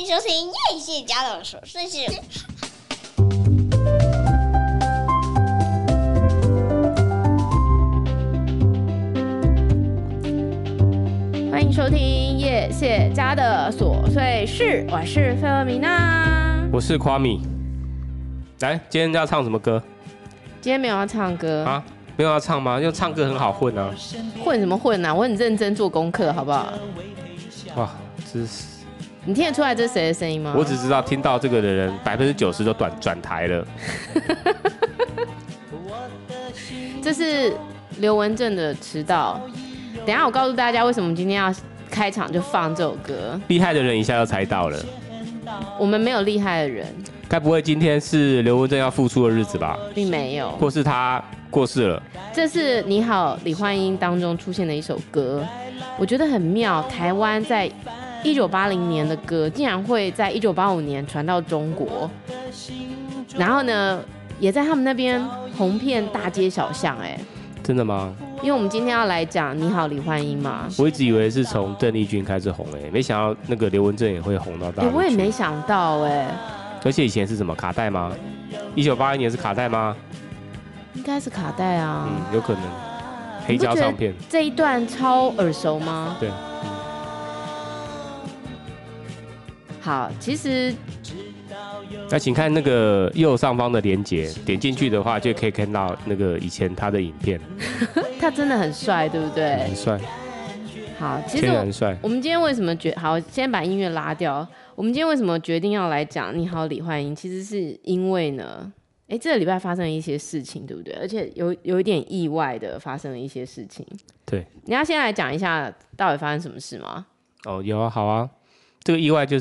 迎收听叶谢家的琐碎事。 欢迎收听叶谢家的琐碎事，我是费尔米娜， 我是夸米。来，今天要唱什么歌？ 今天没有要唱歌啊？没有要唱吗？因为唱歌很好混啊。 混什么混啊？我很认真做功课，好不好？ 哇，真是！ 你听得出来这是谁的声音吗？ 我只知道听到这个的人90%都转台了。 这是刘文正的《迟到》。等一下我告诉大家为什么今天要开场就放这首歌。 厉害的人一下就猜到了。 我们没有厉害的人。 该不会今天是刘文正要复出的日子吧？ 并没有， 或是他过世了。 这是《你好，李焕英》当中出现的一首歌，我觉得很妙。台湾在1980年的歌，竟然会在1985年传到中国，然后呢，也在他们那边红遍大街小巷。 真的吗？ 因为我们今天要来讲《你好，李焕英》嘛。 我一直以为是从邓丽君开始红，没想到那个刘文正也会红到大陆去。 我也没想到而且以前是什么卡带吗？1981年是卡带吗？ 应该是卡带啊。 有可能。黑胶唱片。 这一段超耳熟吗？ 对。 好，其实那请看那个右上方的连结，点进去的话就可以看到那个以前他的影片。 他真的很帅，对不对？ 很帅。 好，其实我们今天为什么好，先把音乐拉掉。我们今天为什么决定要来讲《你好，李焕英》？其实是因为呢，这个礼拜发生了一些事情，对不对？而且有一点意外的发生了一些事情。 对， 你要先来讲一下到底发生什么事吗？ 哦，有啊，好啊。这个意外就是，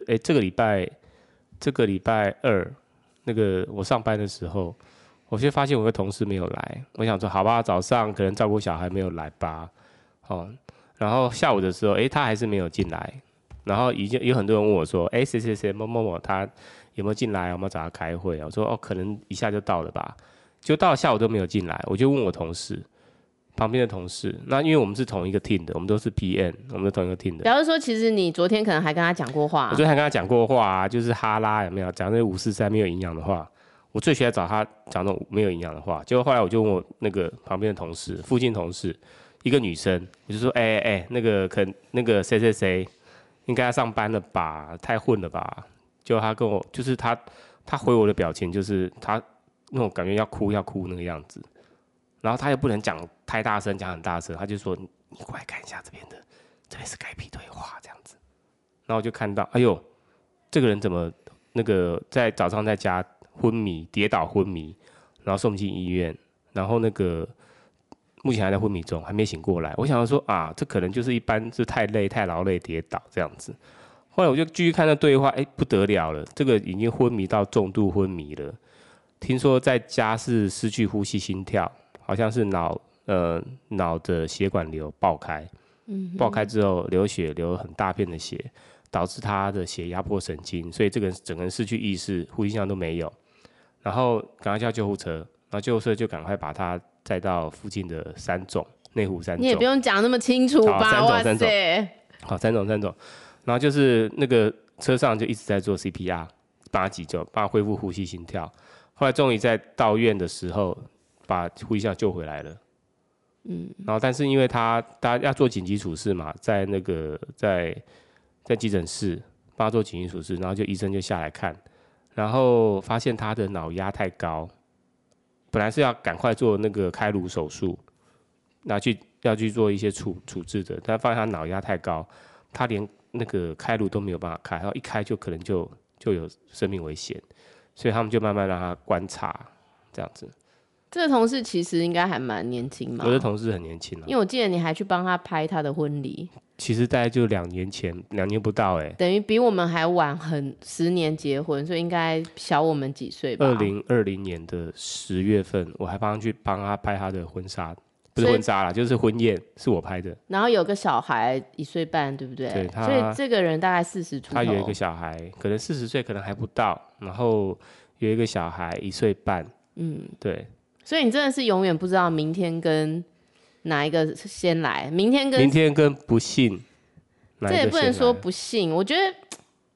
这个礼拜二，那个我上班的时候，我就发现我有个同事没有来。我想说，好吧，早上可能照顾小孩没有来吧，然后下午的时候，他还是没有进来。然后已经有很多人问我说，谁谁谁某某某他有没有进来？我们要找他开会。我说可能一下就到了吧。就到了下午都没有进来，我就问我同事。旁边的同事，那因为我们是同一个 team 的，我们都是 PM， 我们是同一个 team 的。 表示说，其实你昨天可能还跟他讲过话。 我昨天还跟他讲过话啊，就是哈拉有没有讲那543没有营养的话。我最喜欢找他讲那种没有营养的话。结果后来我就问我那个旁边的同事，附近同事，一个女生，我就说，那个谁谁谁，应该要上班了吧？太混了吧？结果他跟我，就是他回我的表情，就是他那种感觉要哭那个样子。然后他又不能讲太大声，讲很大声，他就说：“你过来看一下这边是该批对话这样子。”然后我就看到，哎呦，这个人怎么那个在早上在家昏迷，跌倒昏迷，然后送进医院，然后那个目前还在昏迷中，还没醒过来。我想说啊，这可能就是一般是太累、太劳累跌倒这样子。后来我就继续看那对话，不得了了，这个已经昏迷到重度昏迷了。听说在家是失去呼吸、心跳。好像是脑的血管瘤爆开，爆开之后流血，流很大片的血，导致他的血压迫神经，所以这个人整个人失去意识，呼吸项都没有。然后赶快叫救护车，然后救护车就赶快把他载到附近的三总，内湖三总。 你也不用讲那么清楚吧？哇塞！ 好，三总。然后就是那个车上就一直在做 CPR， 帮他急救，帮他恢复呼吸、心跳。后来终于在到院的时候。把呼吸项救回来了，然后但是因为大家要做紧急处置嘛，在那个在急诊室帮他做紧急处置，然后医生就下来看，然后发现他的脑压太高，本来是要赶快做那个开颅手术，要去做一些处置的，但发现他脑压太高，他连那个开颅都没有办法开，然后一开就可能就有生命危险，所以他们就慢慢让他观察这样子。 这个同事其实应该还蛮年轻嘛。 我的同事很年轻啊， 因为我记得你还去帮他拍他的婚礼。 其实大概就2年前，2年不到等于比我们还晚10年结婚，所以应该小我们几岁吧。 2020年的10月份，我还去帮他拍他的婚纱，不是婚纱啦，就是婚宴，是我拍的。 然后有个小孩1岁半，对不对？ 对， 所以这个人大概40出头。 他有一个小孩，可能40岁，可能还不到，然后有一个小孩1岁半，对。 所以你真的是永远不知道明天跟哪一个先来，明天跟不幸， 这也不能说不幸。我觉得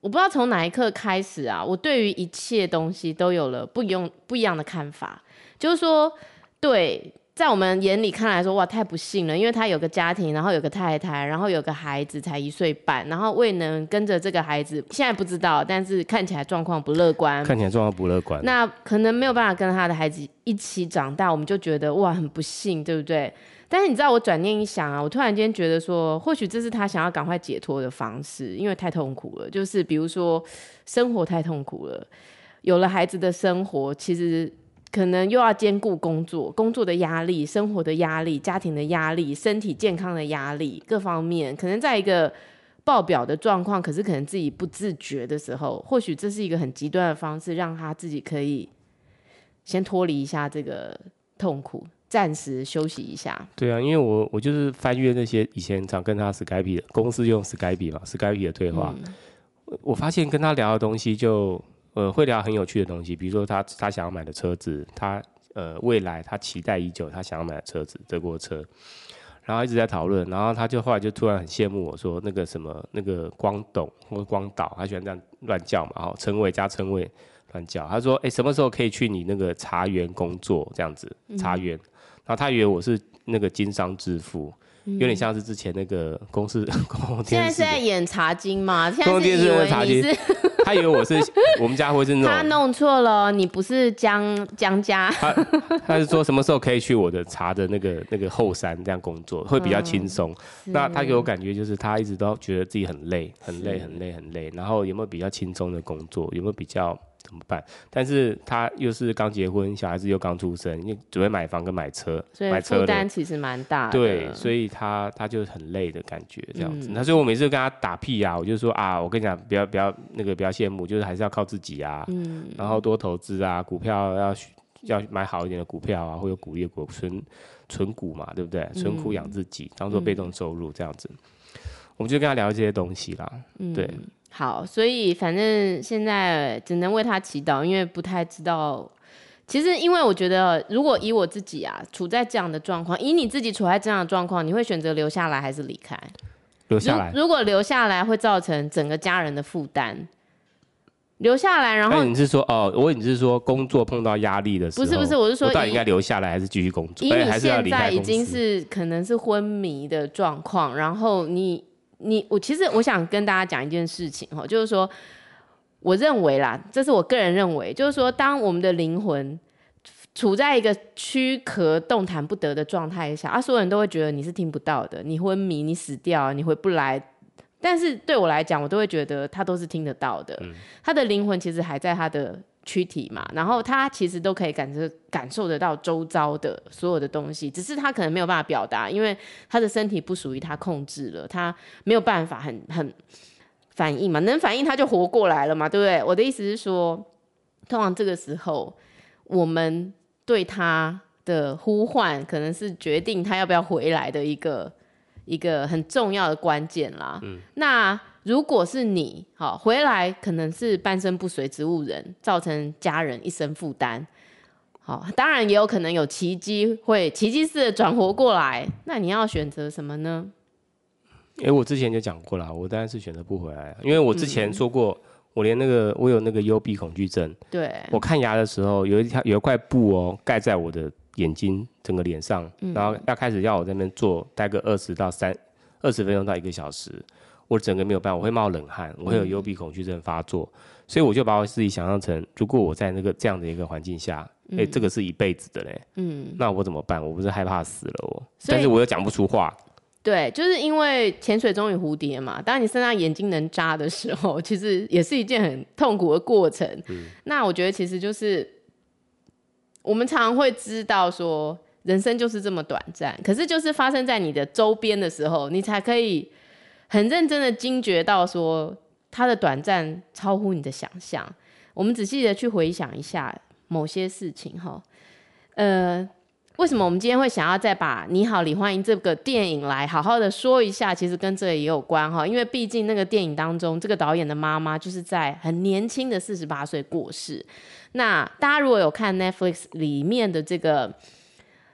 我不知道从哪一刻开始啊，我对于一切东西都有了不一样的看法。就是说，对，在我们眼里看来说，哇，太不幸了，因为他有个家庭，然后有个太太，然后有个孩子才1岁半，然后未能跟着这个孩子，现在不知道，但是看起来状况不乐观。那可能没有办法跟他的孩子一起长大，我们就觉得哇，很不幸，对不对？但是你知道，我转念一想啊，我突然间觉得说，或许这是他想要赶快解脱的方式，因为太痛苦了。就是比如说，生活太痛苦了，有了孩子的生活，其实可能又要兼顾工作的压力、生活的压力、家庭的压力、身体健康的压力，各方面可能在一个爆表的状况，可是可能自己不自觉的时候，或许这是一个很极端的方式，让他自己可以先脱离一下这个痛苦。暂时休息一下。 对啊，因为我就是翻阅那些以前常跟他 Skype 的公司用 Skype 嘛 ，Skype 的对话，我发现跟他聊的东西就会聊很有趣的东西，比如说他想要买的车子，他未来他期待已久他想要买的车子德国车，然后一直在讨论，然后他就后来就突然很羡慕我说那个什么那个光董或者光导，他喜欢这样乱叫嘛，然后称谓加称谓乱叫，他说什么时候可以去你那个茶园工作这样子茶园。然后他以为我是那个经商致富，有点像是之前那个公共电视。 现在是在演茶经吗？ 公共电视的茶经，他以为我是我们家会是那种。 他弄错了，你不是江家。 他是说什么时候可以去我的茶的那个后山这样工作，会比较轻松。那他给我感觉就是他一直都觉得自己很累，然后有没有比较轻松的工作，有没有比较。怎么办？但是他又是刚结婚，小孩子又刚出生，因为准备买房跟买车， 所以负担其实蛮大的。 对，所以他就很累的感觉这样子。那所以我每次跟他打屁啊，我就说啊，我跟你讲，不要不要羡慕，就是还是要靠自己啊。然后多投资啊，股票要买好一点的股票啊，或有股利股存股嘛，对不对？存股养自己，当做被动收入这样子。我们就跟他聊这些东西啦，对。 好，所以反正现在只能为他祈祷，因为不太知道。其实，因为我觉得，如果以我自己啊，处在这样的状况，以你自己处在这样的状况，你会选择留下来还是离开？ 留下来。 如果留下来，会造成整个家人的负担。留下来，然后你是说你是说工作碰到压力的时候？ 不是，我是说， 我到底应该留下来还是继续工作？ 以你现在已经是可能是昏迷的状况，然后其实我想跟大家讲一件事情哈，就是说，我认为啦，这是我个人认为，就是说，当我们的灵魂处在一个躯壳动弹不得的状态下，所有人都会觉得你是听不到的，你昏迷，你死掉，你回不来。但是对我来讲，我都会觉得他都是听得到的，他的灵魂其实还在他的躯体嘛，然后他其实都可以感受得到周遭的所有的东西，只是他可能没有办法表达，因为他的身体不属于他控制了，他没有办法很反应嘛，能反应他就活过来了嘛，对不对？我的意思是说，通常这个时候我们对他的呼唤，可能是决定他要不要回来的一个很重要的关键啦。那如果是你回来，可能是半身不遂植物人，造成家人一生负担。当然也有可能有奇迹，会奇迹式的转活过来。那你要选择什么呢？ 我之前就讲过了，我当然是选择不回来，因为我之前说过，我连我有那个幽闭恐惧症。 对， 我看牙的时候，有一块布盖在我的眼睛整个脸上，然后要开始要我在那边坐，待个20分钟到1个小时，我整个没有办法，我会冒冷汗，我会有幽闭恐惧症发作，所以我就把我自己想象成，如果我在这样的一个环境下，这个是一辈子的嘞，那我怎么办？我不是害怕死了但是我又讲不出话。 对，就是因为潜水中与蝴蝶嘛，当你身上眼睛能眨的时候，其实也是一件很痛苦的过程。那我觉得其实就是我们常常会知道说人生就是这么短暂，可是就是发生在你的周边的时候，你才可以很认真的惊觉到说它的短暂超乎你的想象。我们仔细的去回想一下某些事情为什么我们今天会想要再把《你好，李焕英》这个电影来好好的说一下？其实跟这个也有关因为毕竟那个电影当中，这个导演的妈妈就是在很年轻的48岁过世。那大家如果有看 Netflix 里面的这个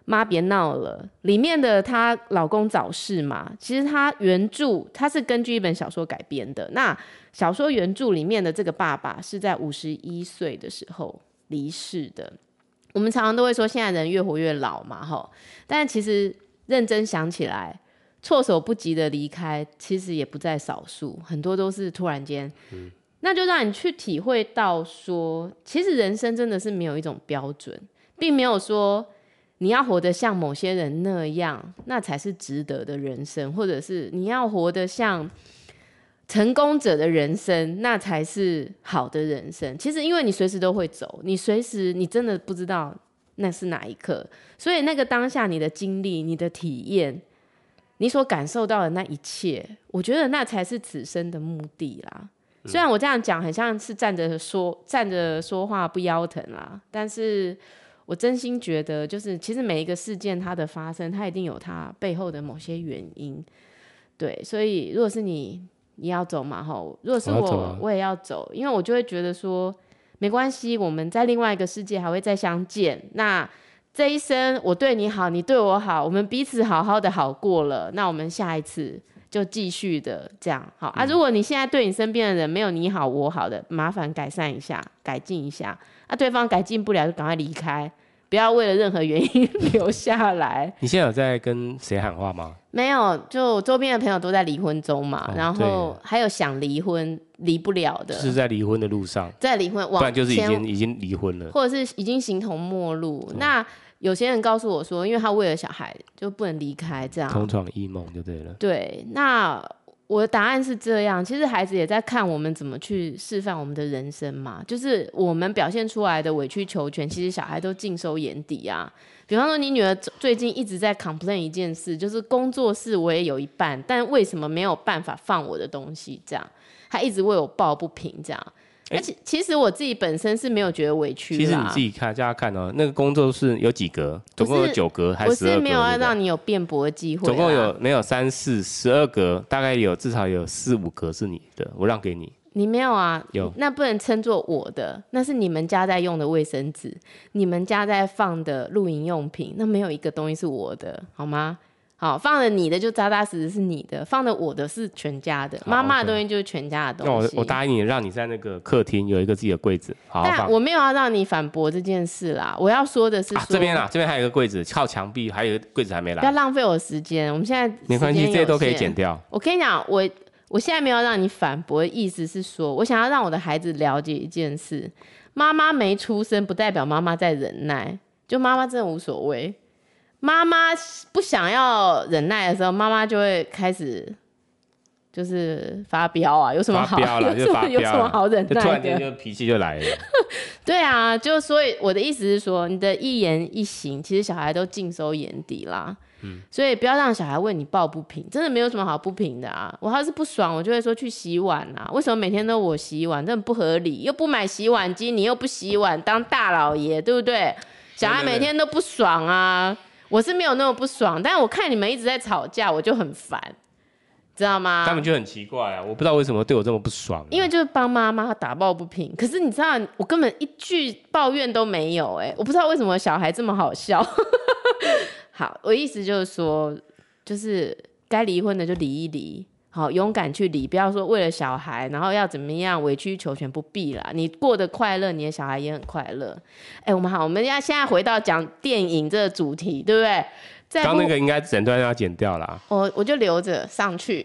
妈别闹了，里面的她老公早逝嘛，其实她原著她是根据一本小说改编的。那小说原著里面的这个爸爸是在51岁的时候离世的。我们常常都会说现在人越活越老嘛，但其实认真想起来，措手不及的离开其实也不在少数，很多都是突然间。那就让你去体会到说，其实人生真的是没有一种标准，并没有说你要活得像某些人那样，那才是值得的人生，或者是你要活得像成功者的人生，那才是好的人生。其实因为你随时都会走，你随时你真的不知道那是哪一刻，所以那个当下你的经历、你的体验、你所感受到的那一切，我觉得那才是此生的目的啦。虽然我这样讲很像是站着说话不腰疼啦，但是我真心觉得就是其实每一个事件它的发生，它一定有它背后的某些原因。对，所以如果是你要走嘛，如果是我也要走，因为我就会觉得说没关系，我们在另外一个世界还会再相见，那这一生我对你好，你对我好，我们彼此好好的好过了，那我们下一次就继续的这样好啊。如果你现在对你身边的人没有你好我好的，麻烦改善一下，改进一下啊。对方改进不了就赶快离开，不要为了任何原因留下来。 你现在有在跟谁喊话吗？ 没有，就周边的朋友都在离婚中嘛，然后还有想离婚离不了的， 是在离婚的路上， 在离婚， 不然就是已经离婚了， 或者是已经形同陌路。那有些人告诉我说，因为他为了小孩就不能离开，这样同床异梦就对了。 对，那我的答案是这样，其实孩子也在看我们怎么去示范我们的人生嘛，就是我们表现出来的委曲求全，其实小孩都尽收眼底啊。比方说你女儿最近一直在 complain 一件事，就是工作室我也有一半，但为什么没有办法放我的东西，这样她一直为我抱不平这样。其实我自己本身是没有觉得委屈啦。 其实你自己看，叫他看哦，那个工作室有几格？总共有9格还是12格？ 我是没有要让你有辩驳的机会。 总共有没有3、4、12格？大概至少有4、5格是你的，我让给你。 你没有啊？ 有， 那不能称作我的，那是你们家在用的卫生纸，你们家在放的露营用品，那没有一个东西是我的，好吗？好，放了你的就扎扎实实是你的，放了我的是全家的，妈妈的东西就是全家的东西。 那我答应你，让你在那个客厅有一个自己的柜子，好好放。 但我没有要让你反驳这件事啦，我要说的是说， 这边还有一个柜子，靠墙壁还有一个柜子还没来， 不要浪费我时间。我们现在没关系，这些都可以剪掉。 我跟你讲，我现在没有让你反驳的意思是说，我想要让我的孩子了解一件事：妈妈没出生不代表妈妈在忍耐，就妈妈真的无所谓。妈妈不想要忍耐的时候，妈妈就会开始就是发飙啊，有什么好有什么好忍耐的？ 突然间就脾气就来了。 对啊，就所以我的意思是说，你的一言一行，其实小孩都尽收眼底啦。所以不要让小孩为你抱不平，真的没有什么好不平的啊。我要是不爽，我就会说去洗碗啊。为什么每天都我洗碗？这很不合理，又不买洗碗机，你又不洗碗，当大老爷，对不对？小孩每天都不爽啊。我是没有那么不爽，但是我看你们一直在吵架，我就很烦，知道吗？ 他们就很奇怪啊，我不知道为什么对我这么不爽因为就是帮妈妈打抱不平。可是你知道，我根本一句抱怨都没有我不知道为什么小孩这么好笑。好，我意思就是说，就是该离婚的就离一离，好，勇敢去离，不要说为了小孩，然后要怎么样委曲求全，不必啦。你过得快乐，你的小孩也很快乐。我们现在回到讲电影这个主题，对不对？ 刚那个应该整段要剪掉啦， 我就留着上去。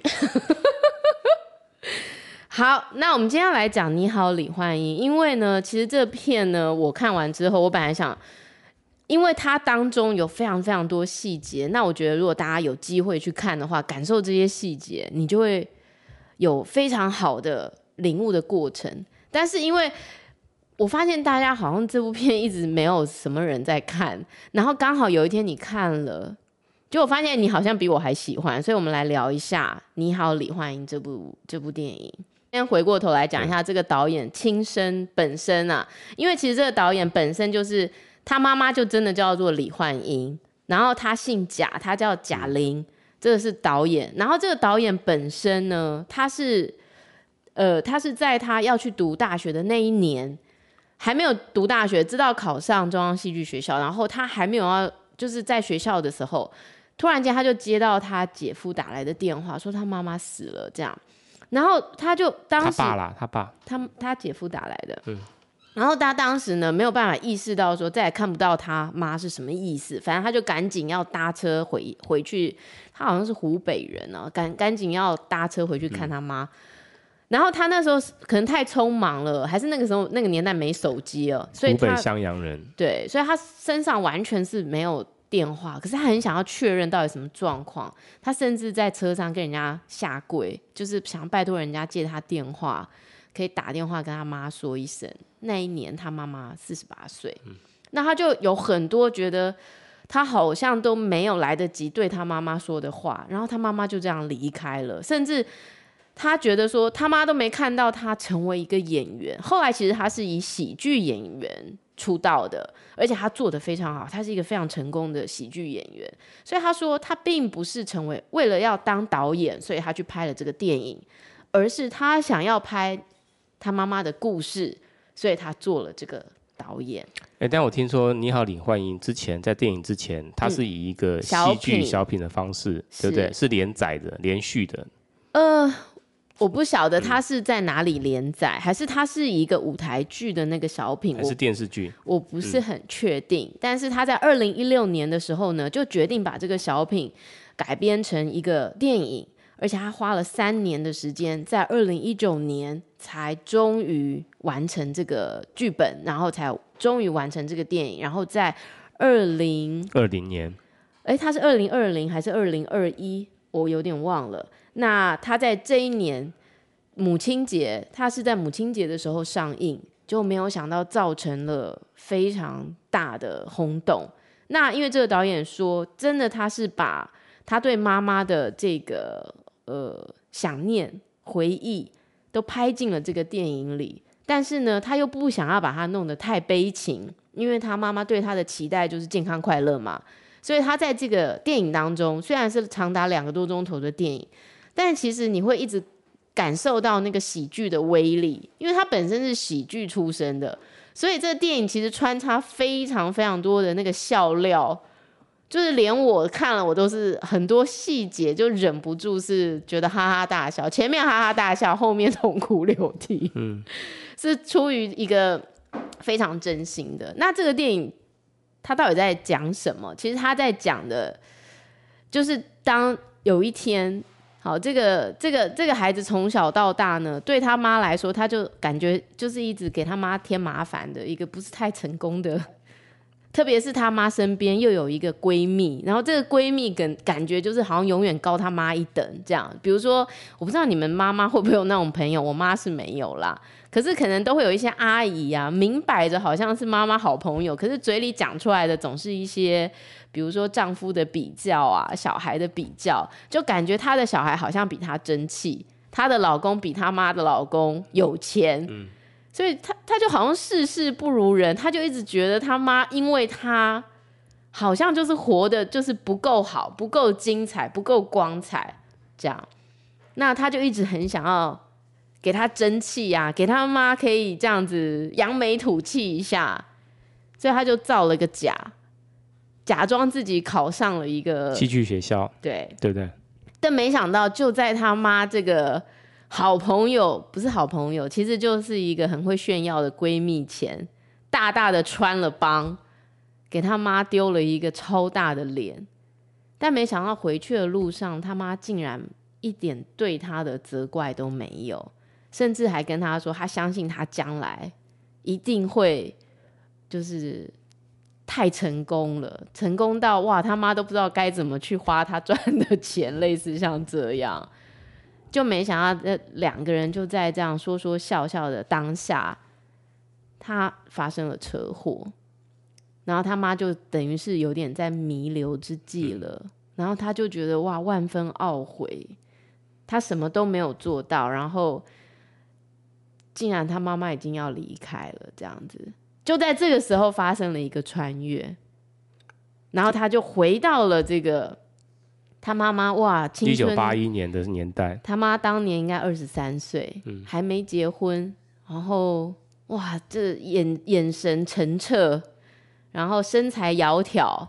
好，那我们今天要来讲《你好，李焕英》，因为呢，其实这片呢，我看完之后，我本来想。因为它当中有非常非常多细节，那我觉得如果大家有机会去看的话，感受这些细节，你就会有非常好的领悟的过程。但是因为我发现大家好像这部片一直没有什么人在看，然后刚好有一天你看了，就我发现你好像比我还喜欢，所以我们来聊一下《你好，李焕英》这部电影。先回过头来讲一下这个导演亲身本身啊，因为其实这个导演本身就是他妈妈就真的叫做李焕英，然后他姓贾，他叫贾玲，这个是导演。然后这个导演本身呢，他是在他要去读大学的那一年，还没有读大学，知道考上中央戏剧学校，然后他还没有要就是在学校的时候，突然间他就接到他姐夫打来的电话，说他妈妈死了这样，然后他就当时他姐夫打来的，然后他当时呢没有办法意识到说再也看不到他妈是什么意思，反正他就赶紧要搭车回去，他好像是湖北人哦，赶紧要搭车回去看他妈。然后他那时候可能太匆忙了，还是那个时候那个年代没手机了，所以湖北襄阳人，对， 所以他身上完全是没有电话，可是他很想要确认到底什么状况，他甚至在车上跟人家下跪，就是想拜托人家借他电话，可以打电话跟他妈说一声。那一年他妈妈48岁，那他就有很多觉得他好像都没有来得及对他妈妈说的话，然后他妈妈就这样离开了，甚至他觉得说他妈都没看到他成为一个演员。后来其实他是以喜剧演员出道的，而且他做得非常好，他是一个非常成功的喜剧演员。所以他说他并不是为了要当导演，所以他去拍了这个电影，而是他想要拍他妈妈的故事，所以他做了这个导演。 但我听说《你好，李焕英》之前在电影之前，他是以一个戏剧小品的方式，对不对？是连载的、连续的。 我不晓得他是在哪里连载，还是他是一个舞台剧的那个小品， 还是电视剧， 我不是很确定。但是他在2016年的时候呢，就决定把这个小品改编成一个电影，而且他花了3年的时间，在2019年才终于完成这个剧本，然后才终于完成这个电影，然后在2020年，他是2020还是2021？我有点忘了。那他在这一年母亲节，他是在母亲节的时候上映，就没有想到造成了非常大的轰动。那因为这个导演说，真的他是把他对妈妈的这个想念回忆都拍进了这个电影里，但是呢他又不想要把它弄得太悲情，因为他妈妈对他的期待就是健康快乐嘛，所以他在这个电影当中，虽然是长达2个多钟头的电影，但其实你会一直感受到那个喜剧的威力，因为他本身是喜剧出身的，所以这个电影其实穿插非常非常多的那个笑料，就是连我看了我都是很多细节就忍不住是觉得哈哈大笑，前面哈哈大笑，后面痛哭流涕，是出于一个非常真心的。那这个电影他到底在讲什么？其实他在讲的就是当有一天，好，这个孩子从小到大呢，对他妈来说，他就感觉就是一直给他妈添麻烦的一个不是太成功的，特别是他妈身边又有一个闺蜜，然后这个闺蜜感觉就是好像永远高他妈一等这样。比如说，我不知道你们妈妈会不会有那种朋友，我妈是没有啦，可是可能都会有一些阿姨啊，明摆着好像是妈妈好朋友，可是嘴里讲出来的总是一些比如说丈夫的比较啊，小孩的比较，就感觉她的小孩好像比她争气，她的老公比她妈的老公有钱，所以她就好像事事不如人，她就一直觉得她妈因为她好像就是活的就是不够好，不够精彩，不够光彩这样，那她就一直很想要给她争气啊，给她妈可以这样子扬眉吐气一下，所以她就造了个假装自己考上了一个戏剧学校， 对不对？ 但没想到就在他妈这个好朋友，不是好朋友，其实就是一个很会炫耀的闺蜜前，大大的穿了帮，给他妈丢了一个超大的脸。但没想到回去的路上，他妈竟然一点对他的责怪都没有，甚至还跟他说，他相信他将来一定会就是太成功了，成功到哇他妈都不知道该怎么去花他赚的钱，类似像这样，就没想到2个人就在这样说说笑笑的当下，他发生了车祸，然后他妈就等于是有点在弥留之际了，然后他就觉得哇万分懊悔，他什么都没有做到，然后竟然他妈妈已经要离开了这样子。就在这个时候发生了一个穿越，然后他就回到了这个他妈妈哇青春 1981年的年代， 他妈当年应该23岁，还没结婚，然后哇这眼神澄澈，然后身材窈窕，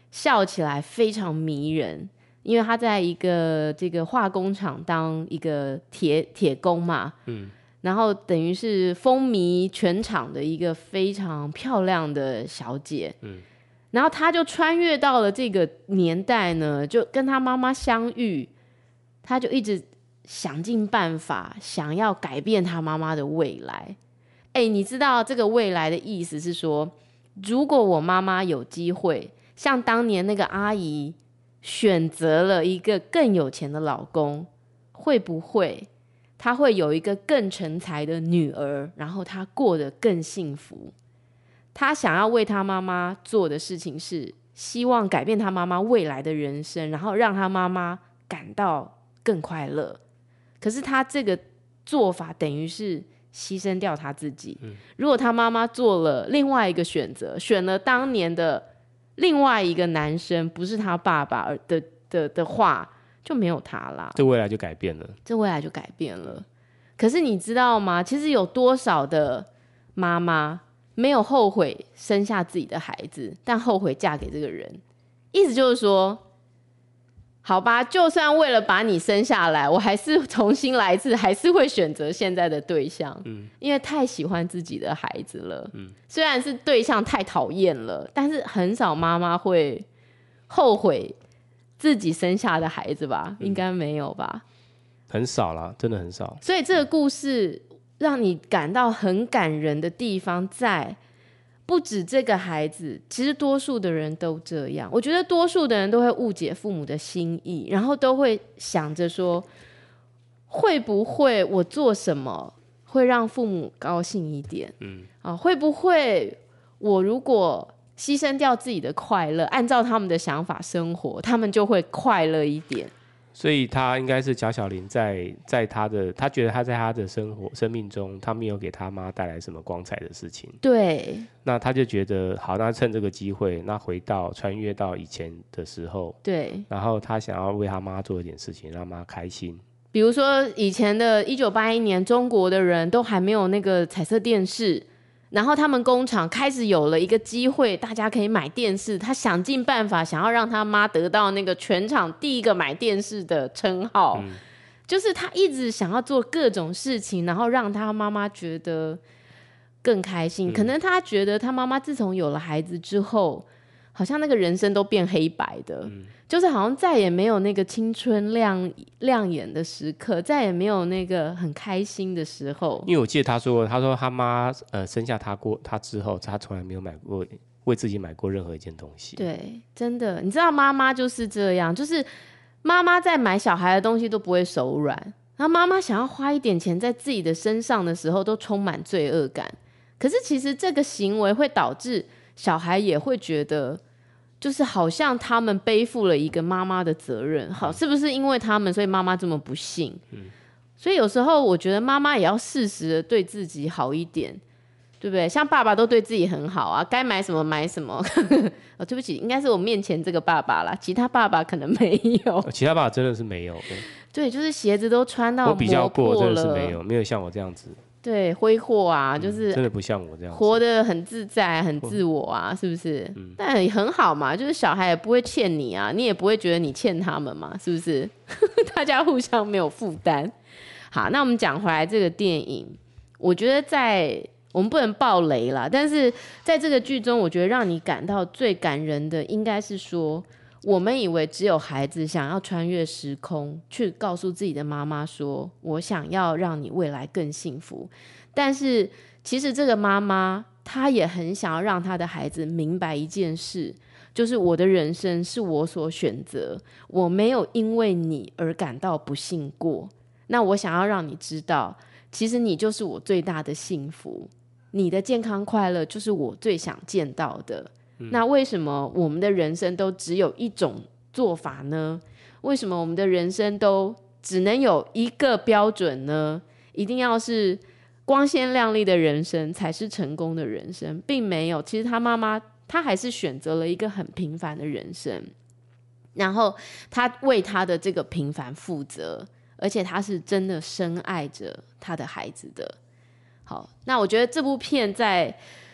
笑起来非常迷人，因为他在一个这个化工厂当一个铁工嘛，然后等于是风靡全场的一个非常漂亮的小姐，然后他就穿越到了这个年代呢，就跟他妈妈相遇，他就一直想尽办法想要改变他妈妈的未来。你知道这个未来的意思是说，如果我妈妈有机会像当年那个阿姨选择了一个更有钱的老公，会不会她会有一个更成才的女儿，然后她过得更幸福？她想要为她妈妈做的事情是希望改变她妈妈未来的人生，然后让她妈妈感到更快乐。可是她这个做法等于是牺牲掉她自己。如果她妈妈做了另外一个选择，选了当年的另外一个男生，不是她爸爸的话，就没有她啦。 这未来就改变了。 可是你知道吗？其实有多少的妈妈没有后悔生下自己的孩子，但后悔嫁给这个人。意思就是说，好吧，就算为了把你生下来，我还是重新来一次，还是会选择现在的对象，因为太喜欢自己的孩子了。虽然是对象太讨厌了，但是很少妈妈会后悔自己生下的孩子吧？应该没有吧？ 很少啦，真的很少。 所以这个故事让你感到很感人的地方在，不止这个孩子，其实多数的人都这样。我觉得多数的人都会误解父母的心意，然后都会想着说，会不会我做什么会让父母高兴一点？会不会我如果牺牲掉自己的快乐，按照他们的想法生活，他们就会快乐一点？ 所以他应该是贾小玲在他觉得他在他的生命中，他没有给他妈带来什么光彩的事情。 对， 那他就觉得好，那趁这个机会，那穿越到以前的时候， 对， 然后他想要为他妈做一点事情，让妈开心。 比如说以前的1981年，中国的人都还没有那个彩色电视。然后他们工厂开始有了一个机会，大家可以买电视，他想尽办法想要让他妈得到那个全场第一个买电视的称号，就是他一直想要做各种事情，然后让他妈妈觉得更开心。可能他觉得他妈妈自从有了孩子之后，好像那个人生都变黑白的，就是好像再也没有那个青春亮眼的时刻，再也没有那个很开心的时候。 因为我记得他说他妈生下他之后，他从来没有为自己买过任何一件东西。 对，真的，你知道妈妈就是这样，就是妈妈在买小孩的东西都不会手软，然后妈妈想要花一点钱在自己的身上的时候，都充满罪恶感。可是其实这个行为会导致小孩也会觉得，就是好像他们背负了一个妈妈的责任，好，是不是因为他们，所以妈妈这么不幸？所以有时候我觉得妈妈也要适时的对自己好一点，对不对？像爸爸都对自己很好啊，该买什么买什么。对不起，应该是我面前这个爸爸啦，其他爸爸可能没有。 其他爸爸真的是没有。 对，就是鞋子都穿到磨破了， 我比较过，真的是没有像我这样子。 对，挥霍啊，就是真的不像我这样子， 活得很自在、很自我啊，是不是？但也很好嘛，就是小孩也不会欠你啊，你也不会觉得你欠他们嘛，是不是？大家互相没有负担。好，那我们讲回来这个电影，我觉得我们不能爆雷啦，但是在这个剧中，我觉得让你感到最感人的，应该是说，我们以为只有孩子想要穿越时空，去告诉自己的妈妈说，我想要让你未来更幸福。但是其实这个妈妈，她也很想要让她的孩子明白一件事，就是我的人生是我所选择，我没有因为你而感到不幸过。那我想要让你知道，其实你就是我最大的幸福，你的健康快乐就是我最想见到的。那为什么我们的人生都只有一种做法呢？为什么我们的人生都只能有一个标准呢？一定要是光鲜亮丽的人生才是成功的人生，并没有。其实他妈妈她还是选择了一个很平凡的人生，然后她为她的这个平凡负责，而且她是真的深爱着她的孩子的。好，那我觉得这部片在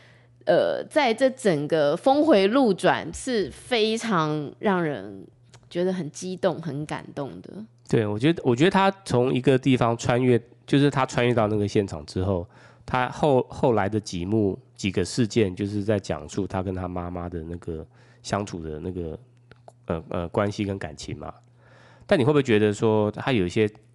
在这整个峰回路转是非常让人觉得很激动、很感动的。 对，我觉得他从一个地方穿越，就是他穿越到那个现场之后，他后来的几个事件，就是在讲述他跟他妈妈的那个相处的那个关系跟感情嘛。但你会不会觉得说，他有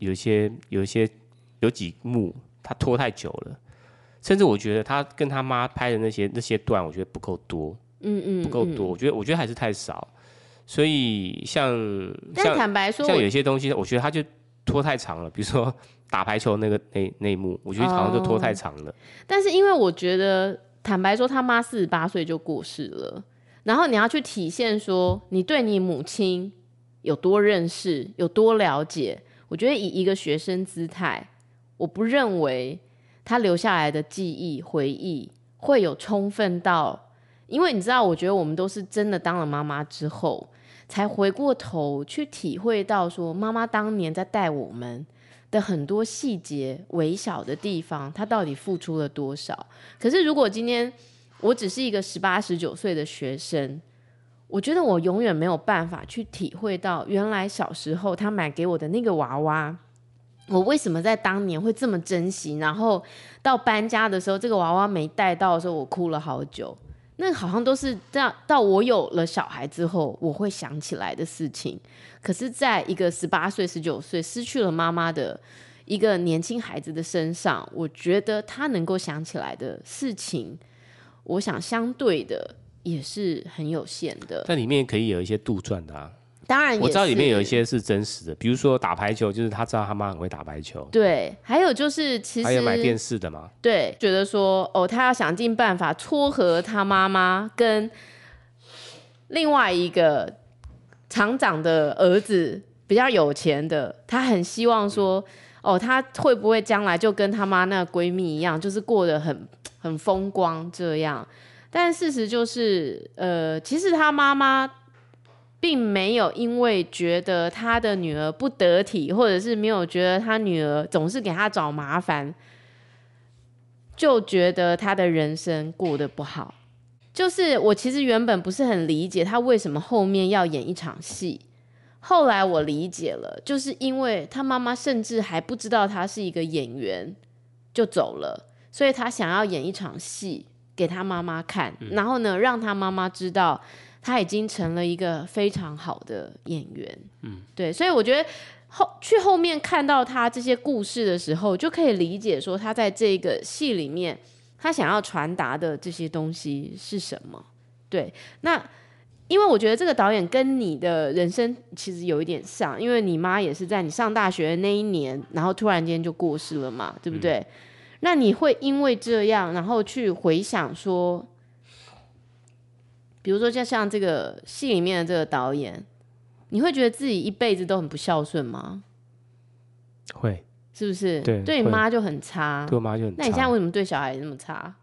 几幕他拖太久了？甚至我觉得他跟他妈拍的那些段，我觉得不够多，不够多。我觉得还是太少。所以但坦白说， 像有些东西，我觉得他就拖太长了。比如说打排球那一幕，我觉得好像就拖太长了。 但是因为我觉得，坦白说，他妈48岁就过世了，然后你要去体现说你对你母亲有多认识、有多了解。我觉得以一个学生姿态，我不认为他留下来的记忆、回忆会有充分到，因为你知道，我觉得我们都是真的当了妈妈之后，才回过头去体会到说，妈妈当年在带我们的很多细节、微小的地方，她到底付出了多少。可是如果今天我只是一个18、19岁的学生，我觉得我永远没有办法去体会到，原来小时候他买给我的那个娃娃，我为什么在当年会这么珍惜，然后到搬家的时候这个娃娃没带到的时候我哭了好久。那好像都是到我有了小孩之后我会想起来的事情。可是在一个18岁19岁失去了妈妈的一个年轻孩子的身上，我觉得他能够想起来的事情，我想相对的也是很有限的。 在里面可以有一些杜撰的啊， 当然也是， 我知道里面有一些是真实的，比如说打排球，就是他知道他妈很会打排球。 对，还有就是其实还有买电视的嘛。 对，觉得说他要想尽办法撮合他妈妈跟另外一个厂长的儿子比较有钱的，他很希望说他会不会将来就跟他妈那个闺蜜一样，就是过得很风光这样。但事实就是其实他妈妈并没有因为觉得他的女儿不得体，或者是没有觉得他女儿总是给他找麻烦，就觉得他的人生过得不好。就是我其实原本不是很理解他为什么后面要演一场戏，后来我理解了，就是因为他妈妈甚至还不知道他是一个演员就走了，所以他想要演一场戏给他妈妈看，然后呢让他妈妈知道他已经成了一个非常好的演员。对，所以我觉得去后面看到他这些故事的时候，就可以理解说他在这个戏里面他想要传达的这些东西是什么。对，那因为我觉得这个导演跟你的人生其实有一点像，因为你妈也是在你上大学的那一年，然后突然间就过世了嘛，对不对？那你会因为这样，然后去回想说，比如说像这个戏里面的这个导演，你会觉得自己一辈子都很不孝顺吗？ 会， 是不是？ 对， 对你妈就很差， 对我妈就很差。 那你现在为什么对小孩那么差？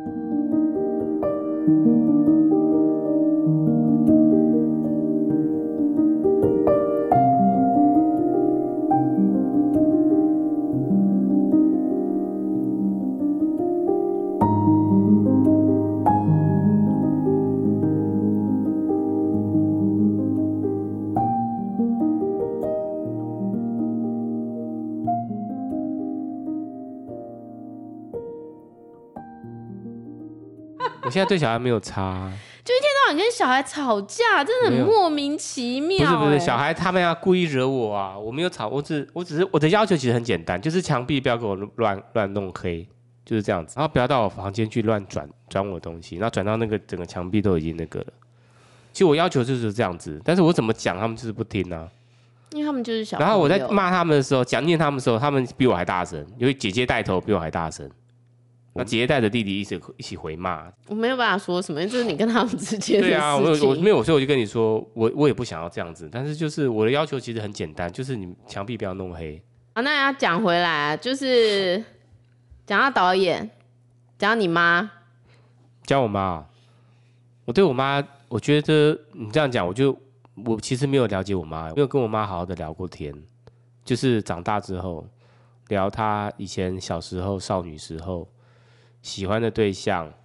我现在对小孩没有差， 就一天到晚跟小孩吵架，真的很莫名其妙。 不是，小孩他们要故意惹我啊！我没有吵，我只是我的要求其实很简单，就是墙壁不要给我乱弄黑，就是这样子。然后不要到我房间去乱转我的东西，然后转到那个整个墙壁都已经那个了。其实我要求就是这样子，但是我怎么讲他们就是不听啊。 因为他们就是小朋友。 然后我在骂他们的时候，讲念他们的时候，他们比我还大声，因为姐姐带头比我还大声。那姐姐带着弟弟一起回骂， 我没有办法说什么，这是你跟他们之间的事情。 对啊，我没有，所以我就跟你说，我也不想要这样子，但是就是我的要求其实很简单，就是你墙壁不要弄黑。 好，那要讲回来，就是讲到导演，讲到你妈， 讲我妈，我对我妈，我觉得你这样讲，我其实没有了解我妈，没有跟我妈好好的聊过天，就是长大之后聊她以前小时候、少女时候喜欢的对象，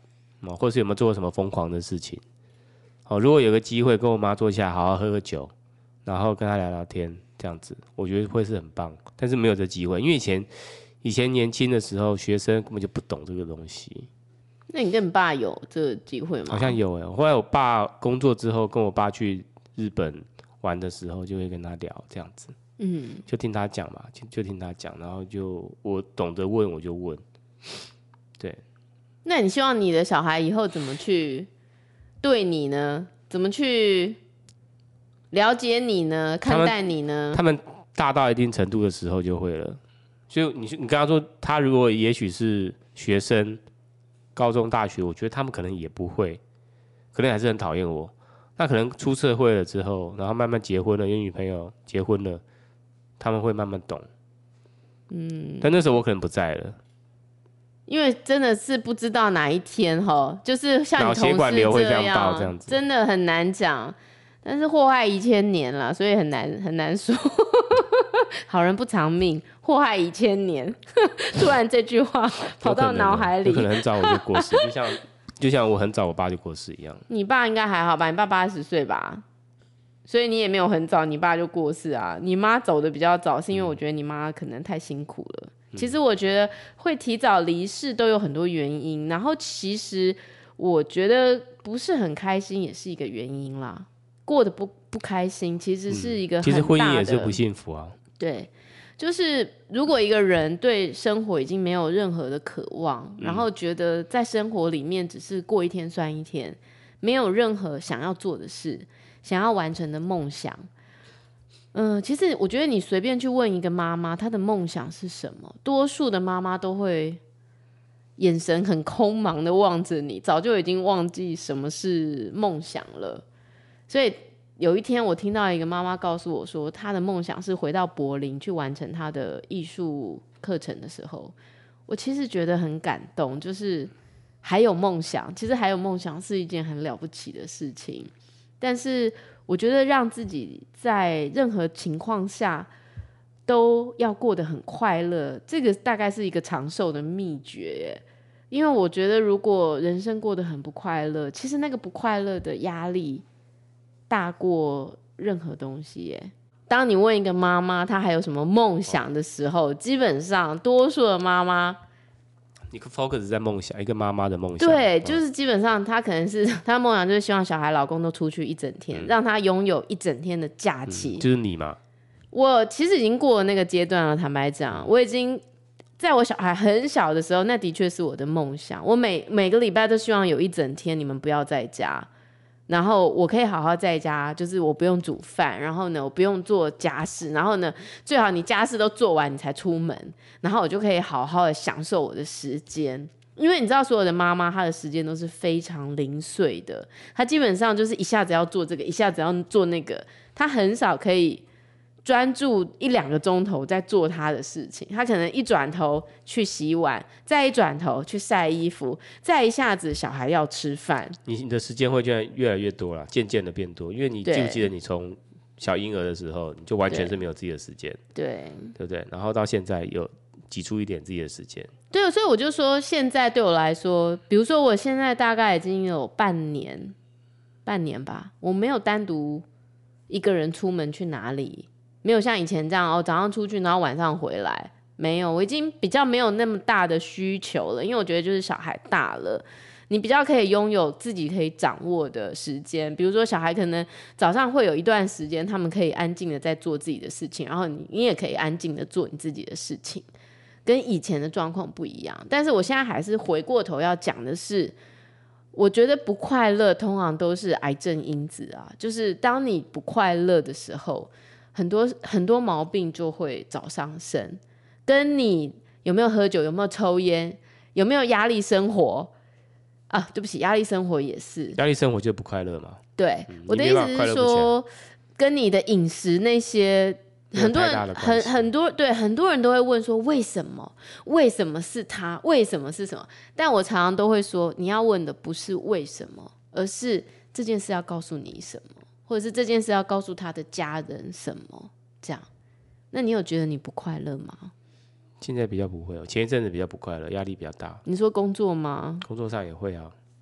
或是有没有做过什么疯狂的事情。如果有个机会跟我妈坐下好好喝个酒，然后跟她聊聊天，这样子我觉得会是很棒。但是没有这机会，因为以前年轻的时候，学生根本就不懂这个东西。 那你跟你爸有这个机会吗？ 好像有哎。后来我爸工作之后，跟我爸去日本玩的时候，就会跟他聊这样子。就听他讲嘛，就听他讲，然后就我懂得问我就问。对。 那你希望你的小孩以后怎么去对你呢？怎么去了解你呢？看待你呢？ 他们大到一定程度的时候就会了。就你刚刚说，他如果也许是学生，高中、大学，我觉得他们可能也不会，可能还是很讨厌我。那可能出社会了之后，然后慢慢结婚了，有女朋友，结婚了，他们会慢慢懂。但那时候我可能不在了。 因为真的是不知道哪一天就是像你同事这样，真的很难讲。但是祸害1000年了，所以很难说。好人不长命，祸害1000年。突然这句话跑到脑海里， 有可能很早我就过世，就像我很早我爸就过世一样。 你爸应该还好吧？你爸80岁吧？所以你也没有很早，你爸就过世啊。你妈走的比较早，是因为我觉得你妈可能太辛苦了。其实我觉得会提早离世都有很多原因，然后其实我觉得不是很开心也是一个原因啦。过得不开心，其实是一个很大的。 其实婚姻也是不幸福啊。 对，就是如果一个人对生活已经没有任何的渴望，然后觉得在生活里面只是过一天算一天，没有任何想要做的事，想要完成的梦想。其实我觉得你随便去问一个妈妈，她的梦想是什么，多数的妈妈都会眼神很空茫的望着你，早就已经忘记什么是梦想了。所以有一天我听到一个妈妈告诉我说，她的梦想是回到柏林去完成她的艺术课程的时候，我其实觉得很感动。就是还有梦想，其实还有梦想是一件很了不起的事情。但是我觉得让自己在任何情况下都要过得很快乐，这个大概是一个长寿的秘诀耶。因为我觉得如果人生过得很不快乐，其实那个不快乐的压力大过任何东西耶。当你问一个妈妈她还有什么梦想的时候，基本上多数的妈妈你 focus 在梦想，一个妈妈的梦想。 对，就是基本上她可能是她的梦想就是希望小孩老公都出去一整天，让她拥有一整天的假期。 就是你嘛。 我其实已经过了那个阶段了，坦白讲，我已经在我小孩很小的时候，那的确是我的梦想。我每个礼拜都希望有一整天你们不要在家，然后我可以好好在家，就是我不用煮饭，然后呢我不用做家事，然后呢最好你家事都做完你才出门，然后我就可以好好的享受我的时间。因为你知道所有的妈妈她的时间都是非常零碎的，她基本上就是一下子要做这个，一下子要做那个，她很少可以专注1-2个钟头在做她的事情。她可能一转头去洗碗，再一转头去晒衣服，再一下子小孩要吃饭。你的时间会越来越多啦，渐渐的变多。因为你记不记得你从小婴儿的时候，你就完全是没有自己的时间，对不对？然后到现在有挤出一点自己的时间。 对，所以我就说现在对我来说，比如说我现在大概已经有半年吧，我没有单独一个人出门去哪里，没有像以前这样早上出去然后晚上回来，没有。我已经比较没有那么大的需求了，因为我觉得就是小孩大了，你比较可以拥有自己可以掌握的时间。比如说小孩可能早上会有一段时间他们可以安静的在做自己的事情，然后你也可以安静的做你自己的事情，跟以前的状况不一样。但是我现在还是回过头要讲的是，我觉得不快乐通常都是癌症因子啊，就是当你不快乐的时候，很多毛病就会找上身，跟你有没有喝酒，有没有抽烟，有没有压力生活啊？对不起，压力生活也是， 压力生活就不快乐嘛。 对，我的意思是说，跟你的饮食那些，很多人很多人都会问说，为什么是他，为什么是什么？但我常常都会说，你要问的不是为什么，而是这件事要告诉你什么。或者是这件事要告诉他的家人什么，这样。那你有觉得你不快乐吗？ 现在比较不会，前一阵子比较不快乐，压力比较大。 你说工作吗？ 工作上也会啊。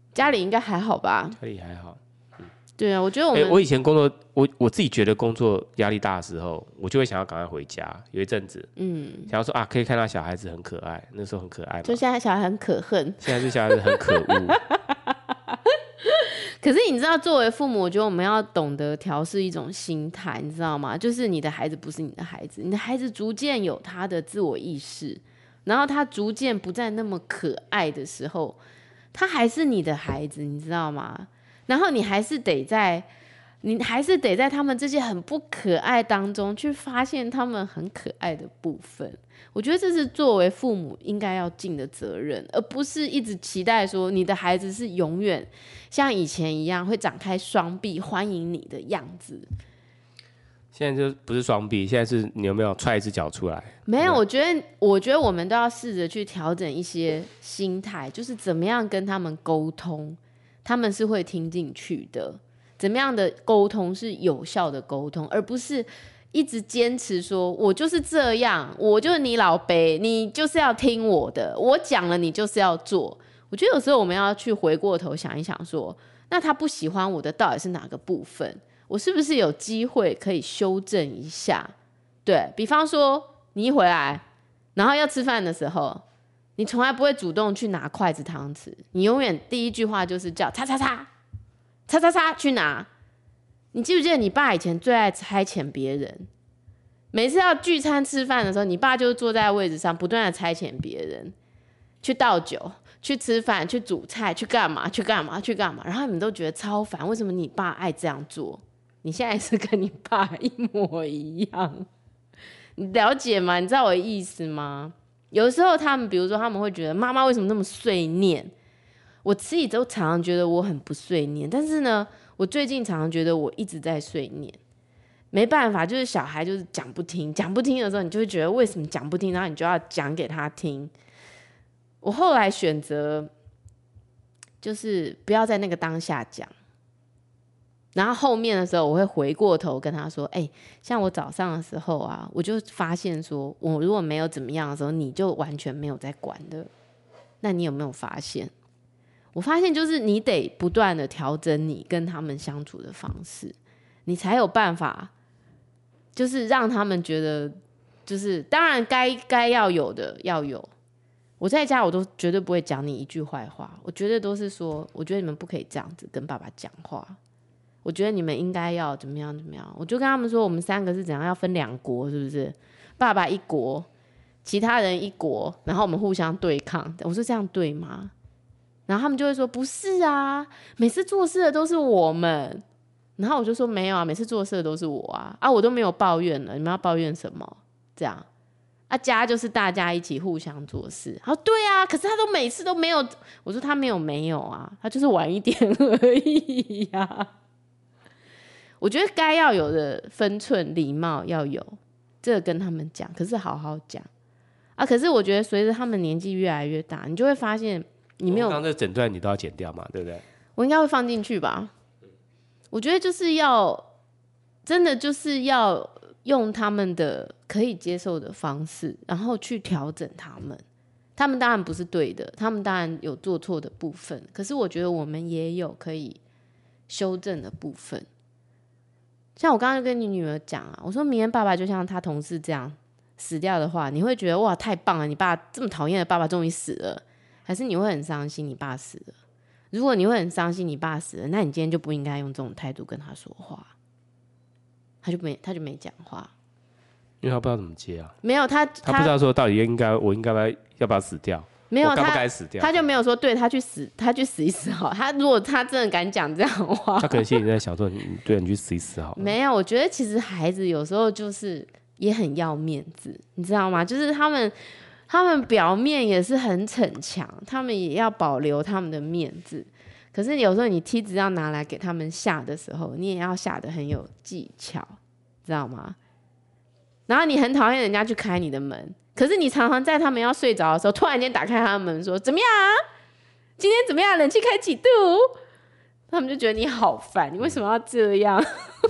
家里应该还好吧？ 家里还好。 对啊，我觉得我以前工作，我自己觉得工作压力大的时候，我就会想要赶快回家。有一阵子，想要说啊，可以看到小孩子很可爱，那时候很可爱嘛。 就现在小孩很可恨， 现在是小孩子很可恶。 可是你知道，作为父母，我觉得我们要懂得调试一种心态，你知道吗？就是你的孩子不是你的孩子，你的孩子逐渐有他的自我意识，然后他逐渐不再那么可爱的时候，他还是你的孩子，你知道吗？然后你还是得在他们这些很不可爱当中去发现他们很可爱的部分。我觉得这是作为父母应该要尽的责任，而不是一直期待说你的孩子是永远像以前一样会展开双臂欢迎你的样子。 现在就不是双臂，现在是你有没有踹一只脚出来？ 没有，我觉得我们都要试着去调整一些心态，就是怎么样跟他们沟通，他们是会听进去的。怎么样的沟通是有效的沟通，而不是一直坚持说我就是这样，我就是你老爸，你就是要听我的，我讲了你就是要做。我觉得有时候我们要去回过头想一想说，那他不喜欢我的到底是哪个部分，我是不是有机会可以修正一下。对，比方说你一回来然后要吃饭的时候，你从来不会主动去拿筷子汤匙，你永远第一句话就是叫叉叉叉叉叉叉去拿。你记不记得你爸以前最爱差遣别人？每次要聚餐吃饭的时候，你爸就坐在位置上不断的差遣别人去倒酒、去吃饭、去煮菜、去干嘛、去干嘛、去干嘛，然后你们都觉得超烦，为什么你爸爱这样做？你现在是跟你爸一模一样，你了解吗？你知道我的意思吗？有时候他们，比如说他们会觉得妈妈为什么那么碎念？我自己都常常觉得我很不碎念，但是呢，我最近常常觉得我一直在碎念。没办法，就是小孩就是讲不听，讲不听的时候，你就会觉得为什么讲不听，然后你就要讲给他听。我后来选择就是不要在那个当下讲，然后后面的时候我会回过头跟他说，像我早上的时候啊，我就发现说我如果没有怎么样的时候，你就完全没有在管的。那你有没有发现？我发现就是你得不断的调整你跟他们相处的方式，你才有办法就是让他们觉得，就是当然该要有的要有。我在家我都绝对不会讲你一句坏话，我绝对都是说，我觉得你们不可以这样子跟爸爸讲话，我觉得你们应该要怎么样怎么样。我就跟他们说，我们3个是怎样要分2国，是不是？爸爸一国，其他人一国，然后我们互相对抗。我说这样对吗？然后他们就会说不是啊，每次做事的都是我们。然后我就说没有啊，每次做事的都是我啊，我都没有抱怨了，你们要抱怨什么？这样啊，家就是大家一起互相做事。他说对啊，可是他都每次都没有。我说他没有啊，他就是晚一点而已啊。我觉得该要有的分寸、礼貌要有，这个跟他们讲，可是好好讲啊。可是我觉得随着他们年纪越来越大，你就会发现你没有。 刚刚这整段你都要剪掉嘛，对不对？ 我应该会放进去吧。我觉得就是要真的就是要用他们的可以接受的方式，然后去调整他们。他们当然不是对的，他们当然有做错的部分，可是我觉得我们也有可以修正的部分。像我刚刚就跟你女儿讲啊，我说明天爸爸就像他同事这样死掉的话，你会觉得哇太棒了，你爸这么讨厌的爸爸终于死了，还是你会很伤心你爸死了？如果你会很伤心你爸死了，那你今天就不应该用这种态度跟他说话。他就没讲话， 因为他不知道怎么接啊。 没有他不知道说到底我应该要不要死掉？ 没有， 我该不该死掉？ 他就没有说对他去死一死好。他如果他真的敢讲这样的话， 他可能心里在想说，对你去死一死好了。 没有，我觉得其实孩子有时候就是也很要面子，你知道吗？就是他们表面也是很逞强，他们也要保留他们的面子。可是有时候你梯子要拿来给他们下的时候，你也要下得很有技巧，知道吗？然后你很讨厌人家去开你的门，可是你常常在他们要睡着的时候，突然间打开他的门说：“怎么样？今天怎么样？冷气开几度？”他们就觉得你好烦，你为什么要这样？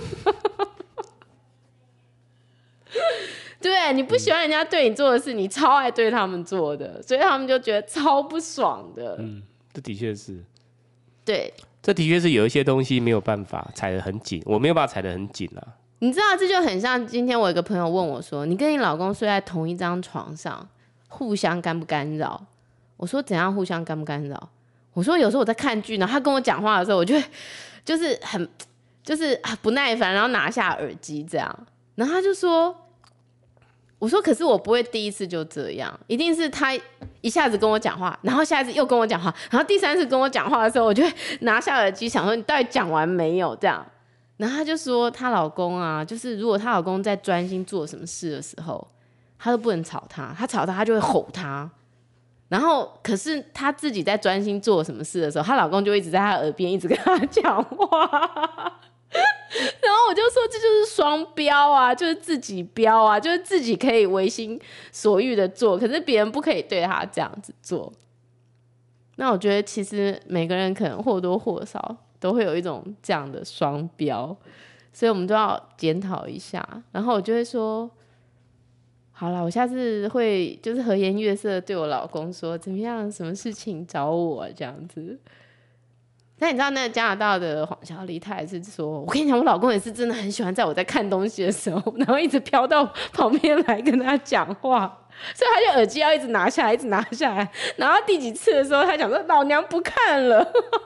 对，你不喜欢人家对你做的事，你超爱对他们做的，所以他们就觉得超不爽的。 这的确是。 对， 这的确是有一些东西没有办法踩得很紧，我没有办法踩得很紧啊。 你知道这就很像今天我有个朋友问我说，你跟你老公睡在同一张床上，互相干不干扰？我说怎样互相干不干扰？我说有时候我在看剧，然后他跟我讲话的时候，我就会就是很就是不耐烦，然后拿下耳机这样，然后他就说，我说可是我不会第一次就这样，一定是他一下子跟我讲话，然后下一次又跟我讲话，然后第三次跟我讲话的时候，我就会拿下耳机想说你到底讲完没有这样。然后她就说她老公啊，就是如果她老公在专心做什么事的时候，她都不能吵他，她吵他就会吼他。然后可是她自己在专心做什么事的时候，她老公就一直在她耳边一直跟她讲话。然后我就说这就是双标啊，就是自己标啊，就是自己可以违心所欲的做，可是别人不可以对他这样子做。那我觉得其实每个人可能或多或少都会有一种这样的双标，所以我们都要检讨一下。然后我就会说，好啦，我下次会就是和颜悦色对我老公说，怎么样，什么事情找我这样子。但你知道那个加拿大的黄小丽，她也是说，我跟你讲，我老公也是真的很喜欢在我在看东西的时候，然后一直飘到旁边来跟他讲话，所以他就耳机要一直拿下来，一直拿下来，然后第几次的时候，他讲说老娘不看了，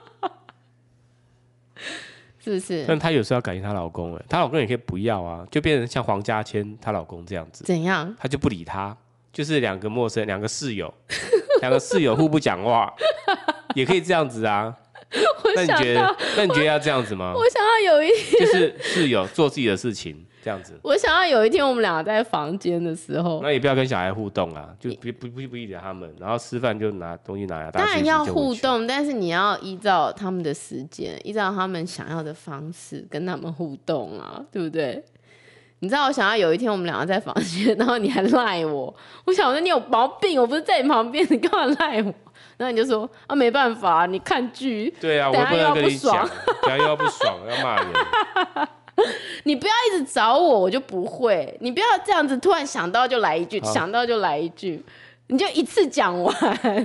是不是？ 但她有时候要感谢她老公，她老公也可以不要啊，就变成像黄家千她老公这样子， 怎样？ 她就不理她，就是两个陌生，两个室友互不讲话，也可以这样子啊。那你觉得要这样子吗？ 我想要有一天， 就是室友做自己的事情，这样子。 我想要有一天我们两个在房间的时候， 那也不要跟小孩互动啊，就不理他们，然后吃饭就拿东西拿来。 当然要互动，但是你要依照他们的时间，依照他们想要的方式跟他们互动啊，对不对？你知道我想要有一天我们两个在房间，然后你还赖我，我想说你有毛病，我不是在你旁边，你干嘛赖我？然后你就说啊，没办法，你看剧， 对啊，我不能跟你讲，等下又要不爽，要骂人。 你不要一直找我，我就不会。你不要这样子，突然想到就来一句，想到就来一句，你就一次讲完。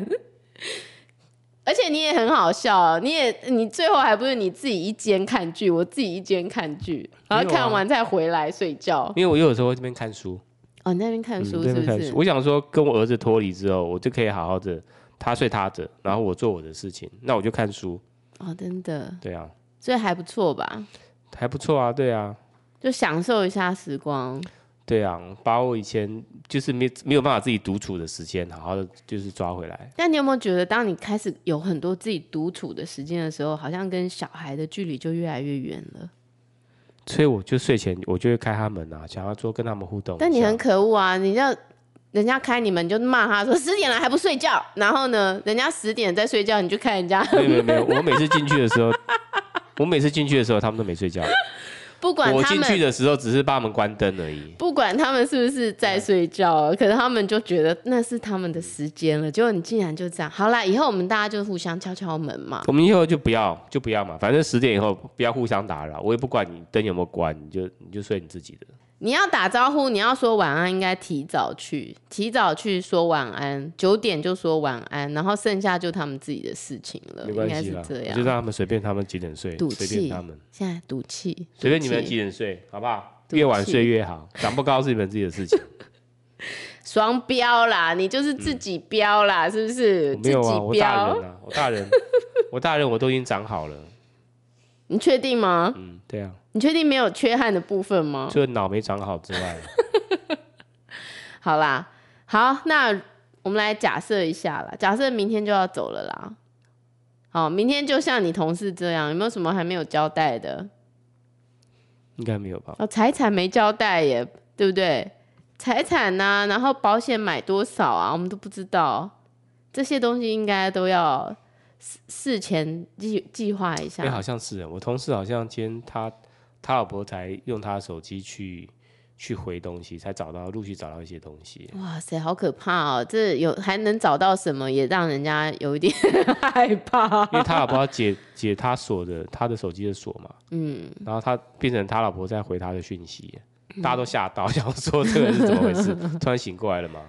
而且你也很好笑啊，你最后还不是你自己一间看剧，我自己一间看剧，然后看完再回来睡觉。 因为我有时候会这边看书。 哦，你那边看书是不是？ 我想说，跟我儿子脱离之后，我就可以好好的。他睡他的，然后我做我的事情，那我就看书。哦， 真的。 对啊， 所以还不错吧？ 还不错啊，对啊， 就享受一下时光。 对啊，把我以前就是没有办法自己独处的时间，好好的就是抓回来。 但你有没有觉得，当你开始有很多自己独处的时间的时候，好像跟小孩的距离就越来越远了？ 所以我就睡前我就会开他门啊，想要说跟他们互动。 但你很可恶啊！你要人家开你们，你就骂他说10点了还不睡觉，然后呢，人家10点在睡觉，你就看人家。 没有，我每次进去的时候，他们都没睡觉。 不管我进去的时候，只是帮他们关灯而已。 不管他们是不是在睡觉，可是他们就觉得那是他们的时间了。结果你竟然就这样，好啦，以后我们大家就互相敲敲门嘛。 我们以后就不要嘛，反正10点以后不要互相打扰，我也不管你灯有没有关，你就睡你自己的。 你要打招呼，你要说晚安，应该提早去说晚安，9点就说晚安，然后剩下就他们自己的事情了， 没关系啦，就让他们随便他们几点睡，随便他们。 现在赌气， 随便你们几点睡，好不好？越晚睡越好，长不高是你们自己的事情。 双标啦，你就是自己标啦，是不是？ 没有啊，我大人啊，我大人我都已经长好了。你确定吗？ 对啊。 你确定没有缺憾的部分吗？ 除了脑没长好之外。 好啦，好，那我们来假设一下啦，假设明天就要走了啦。好，明天就像你同事这样，有没有什么还没有交代的？ 应该没有吧？ 财产没交代耶，对不对？财产啊，然后保险买多少啊，我们都不知道，这些东西应该都要事前计划一下。 好像是我同事好像今天他老婆才用他的手机去回东西，才陆续找到一些东西。 哇塞，好可怕哦！这还能找到什么，也让人家有一点害怕。 因为他老婆要解他的手机的锁嘛，然后他变成他老婆在回他的讯息，大家都吓到，想说这个是怎么回事？突然醒过来了嘛。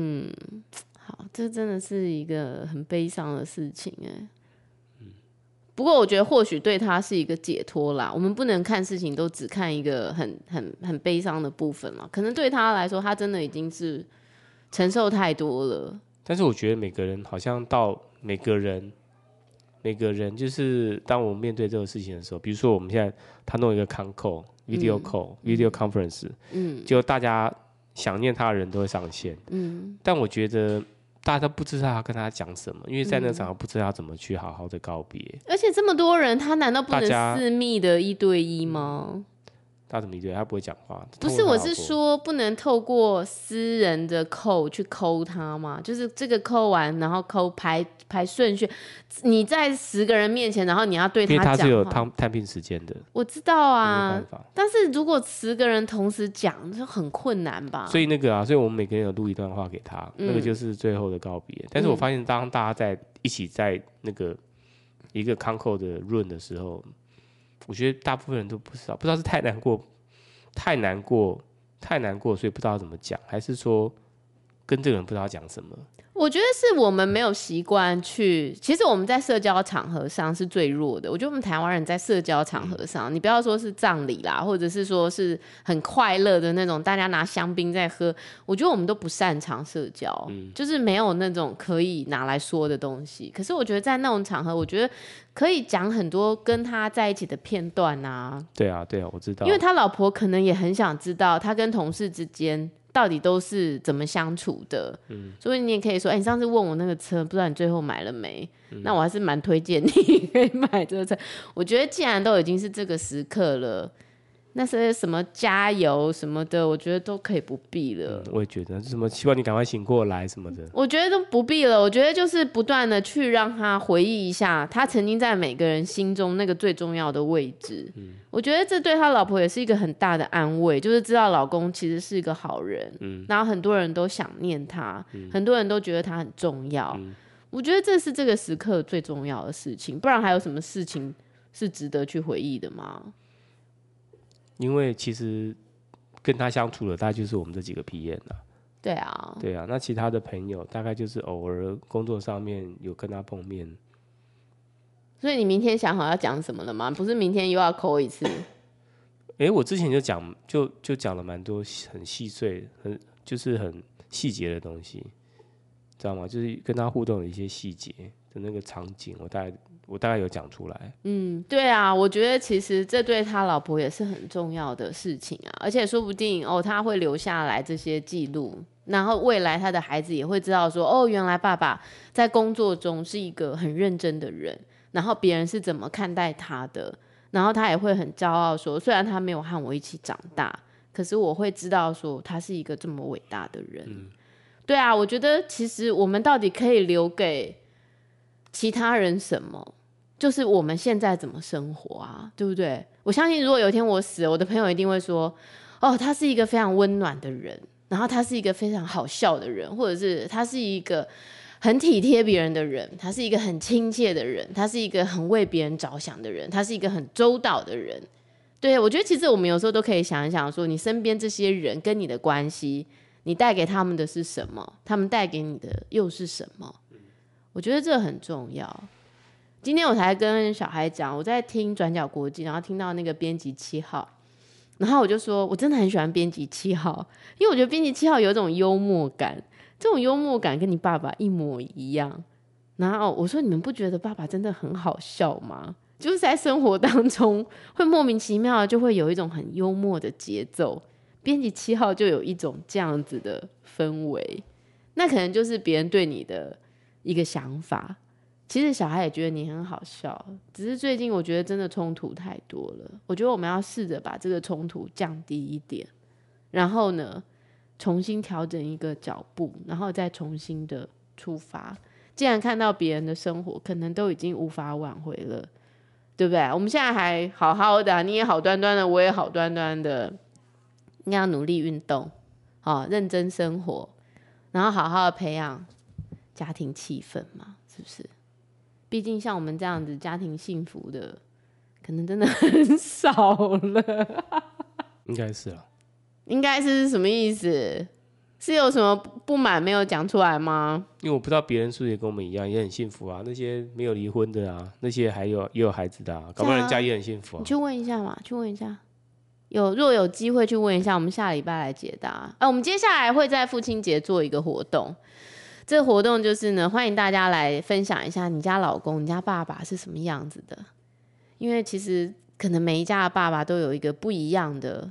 好， 这真的是一个很悲伤的事情哎。 不过我觉得或许对他是一个解脱啦，我们不能看事情都只看一个很悲伤的部分嘛，可能对他来说，他真的已经是承受太多了。 但是我觉得每个人好像到每个人就是当我们面对这个事情的时候，比如说我们现在他弄一个 video call、video conference，就大家想念他的人都会上线，但我觉得大家都不知道要跟他讲什么，因为在那场合不知道怎么去好好的告别。 而且这么多人，他难道不大家能私密的1对1吗？ 他怎么一对？他不会讲话。 不是，我是说不能透过私人的扣去抠他吗？就是这个抠完，然后抠排顺序。你在10个人面前，然后你要对他讲话， 因为他是有探聘时间的。 我知道啊， 没办法。 但是如果10个人同时讲，就很困难吧？ 所以所以我们每个人有录一段话给他，那个就是最后的告别。但是我发现，当大家一起在那个一个 Conco 的 run 的时候，我觉得大部分人都不知道是太难过，所以不知道怎么讲，还是说跟这个人不知道讲什么。 我觉得是我们没有习惯去，其实我们在社交场合上是最弱的。我觉得我们台湾人在社交场合上，你不要说是葬礼啦，或者是说是很快乐的那种，大家拿香槟在喝，我觉得我们都不擅长社交，就是没有那种可以拿来说的东西。可是我觉得在那种场合，我觉得可以讲很多跟他在一起的片段啊。 对啊，我知道。 因为他老婆可能也很想知道他跟同事之间到底都是怎么相处的，所以你也可以说，你上次问我那个车，不知道你最后买了没？那我还是蛮推荐你可以买这个车。我觉得既然都已经是这个时刻了，那些什么加油什么的，我觉得都可以不必了。 我也觉得，什么希望你赶快醒过来什么的， 我觉得都不必了。我觉得就是不断的去让他回忆一下，他曾经在每个人心中那个最重要的位置。我觉得这对他老婆也是一个很大的安慰，就是知道老公其实是一个好人，然后很多人都想念他，很多人都觉得他很重要。我觉得这是这个时刻最重要的事情，不然还有什么事情是值得去回忆的吗？ 因为其实跟他相处的大概就是我们这几个 PM 啊。 对啊， 那其他的朋友大概就是偶尔工作上面有跟他碰面。 所以你明天想好要讲什么了吗？不是明天又要扣一次？ 我之前就讲了蛮多很细碎、就是很细节的东西，知道吗？就是跟他互动的一些细节的那个场景，我大概有讲出来。 对啊，我觉得其实这对他老婆也是很重要的事情啊，而且说不定他会留下来这些记录，然后未来他的孩子也会知道说，原来爸爸在工作中是一个很认真的人，然后别人是怎么看待他的，然后他也会很骄傲说，虽然他没有和我一起长大，可是我会知道说他是一个这么伟大的人。对啊，我觉得其实我们到底可以留给其他人什么，就是我们现在怎么生活啊，对不对？我相信如果有一天我死了，我的朋友一定会说，他是一个非常温暖的人，然后他是一个非常好笑的人，或者是他是一个很体贴别人的人，他是一个很亲切的人，他是一个很为别人着想的人，他是一个很周到的人。对，我觉得其实我们有时候都可以想一想说，你身边这些人跟你的关系，你带给他们的是什么，他们带给你的又是什么。我觉得这很重要。今天我才跟小孩讲，我在听转角国际，然后听到那个编辑7号，然后我就说我真的很喜欢编辑7号，因为我觉得编辑7号有一种幽默感，这种幽默感跟你爸爸一模一样。然后我说你们不觉得爸爸真的很好笑吗？就是在生活当中会莫名其妙的就会有一种很幽默的节奏，编辑7号就有一种这样子的氛围，那可能就是别人对你的一个想法。其实小孩也觉得你很好笑，只是最近我觉得真的冲突太多了，我觉得我们要试着把这个冲突降低一点，然后呢重新调整一个脚步，然后再重新的出发。既然看到别人的生活可能都已经无法挽回了，对不对？我们现在还好好的，你也好端端的，我也好端端的，应该要努力运动，认真生活，然后好好的培养家庭气氛嘛，是不是？毕竟像我们这样子家庭幸福的，可能真的很少了。 应该是啊。 应该是什么意思？ 是有什么不满没有讲出来吗？ 因为我不知道别人是不是也跟我们一样，也很幸福啊。那些没有离婚的啊，那些也有孩子的啊，搞不好人家也很幸福啊。 你去问一下嘛，去问一下。若有机会去问一下，我们下礼拜来解答。我们接下来会在父亲节做一个活动，这个活动就是呢，欢迎大家来分享一下你家老公、你家爸爸是什么样子的。因为其实可能每一家的爸爸都有一个不一样的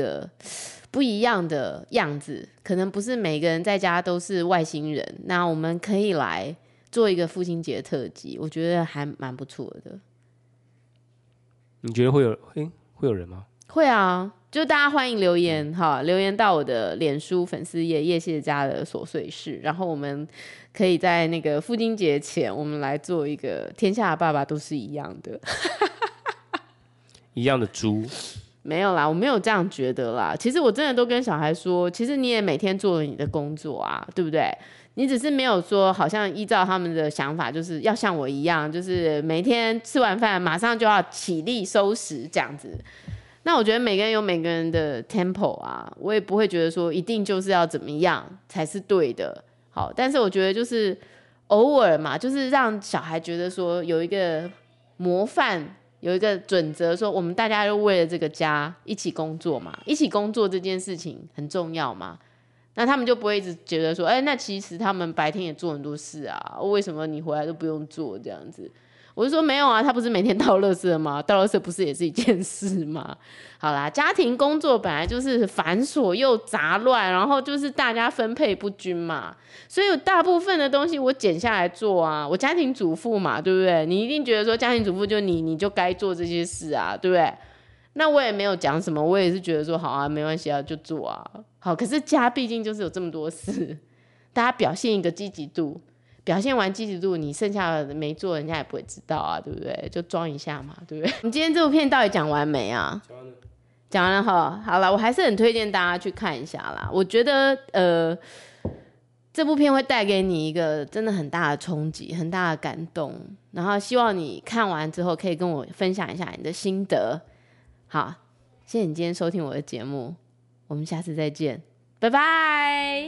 样子，可能不是每个人在家都是外星人。那我们可以来做一个父亲节特辑，我觉得还蛮不错的。 你觉得会有人吗？ 会啊，就大家欢迎留言哈，留言到我的脸书粉丝页叶谢家的琐碎事，然后我们可以在那个父亲节前，我们来做一个天下的爸爸都是一样的， 一样的猪。 没有啦，我没有这样觉得啦。其实我真的都跟小孩说，其实你也每天做你的工作啊，对不对？你只是没有说好像依照他们的想法，就是要像我一样，就是每天吃完饭马上就要起立收拾这样子。那我觉得每个人有每个人的 tempo 啊，我也不会觉得说一定就是要怎么样才是对的。好，但是我觉得就是偶尔嘛，就是让小孩觉得说有一个模范，有一个准则，说我们大家都为了这个家一起工作嘛，一起工作这件事情很重要嘛。那他们就不会一直觉得说，那其实他们白天也做很多事啊，为什么你回来都不用做这样子？我就说没有啊，他不是每天倒垃圾吗？倒垃圾不是也是一件事吗？好啦，家庭工作本来就是繁琐又杂乱，然后就是大家分配不均嘛，所以有大部分的东西我减下来做啊。我家庭主妇嘛，对不对？你一定觉得说家庭主妇就你就该做这些事啊，对不对？那我也没有讲什么，我也是觉得说好啊，没关系啊，就做啊。好，可是家毕竟就是有这么多事，大家表现一个积极度。表现完积极度，你剩下的没做，人家也不会知道啊，对不对？就装一下嘛，对不对？我们今天这部片到底讲完没啊？讲完了哈。好了，我还是很推荐大家去看一下啦。我觉得这部片会带给你一个真的很大的冲击，很大的感动。然后希望你看完之后可以跟我分享一下你的心得。好，谢谢你今天收听我的节目，我们下次再见，拜拜。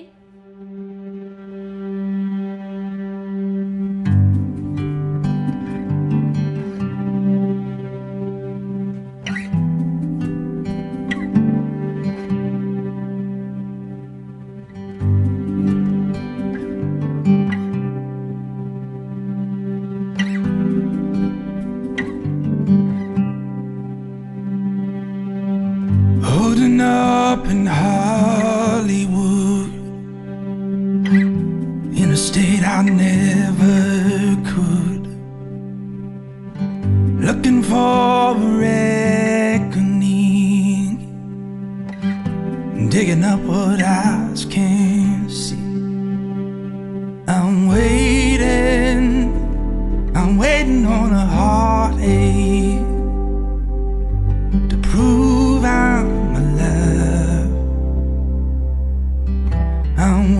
Up in Hollywood, in a state I never could, looking for a reckoning, digging up what eyes can't see. I'm waiting on a heartache to prove I'm alive. I'm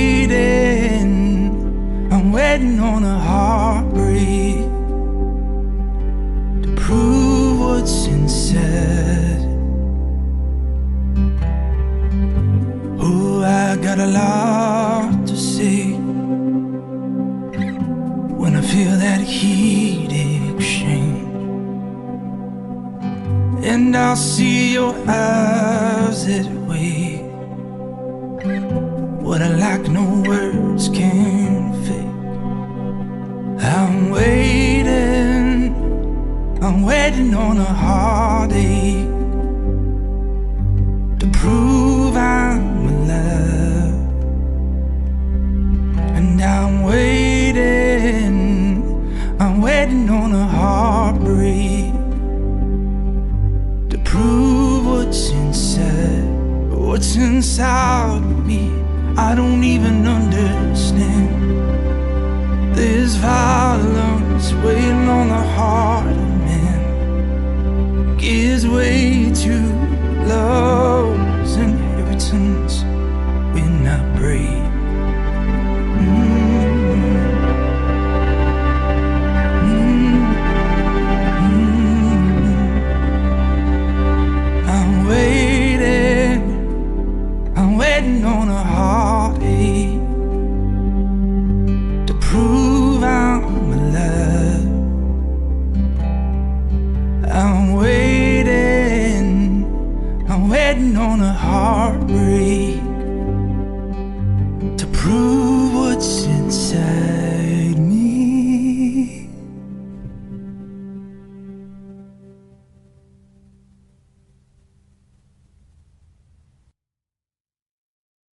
waiting on a heartbreak to prove what's inside. Oh, I got a lot to say when I feel that heat exchange, and I'll see your eyes that way. What I lack, no words can fake. I'm waiting on a heartache to prove I'm alive. And I'm waiting on a heartbreak to prove what's inside. What's inside of me, I don't even understand. There's violence waiting on the heart of man, gives way to love's inheritance when I break.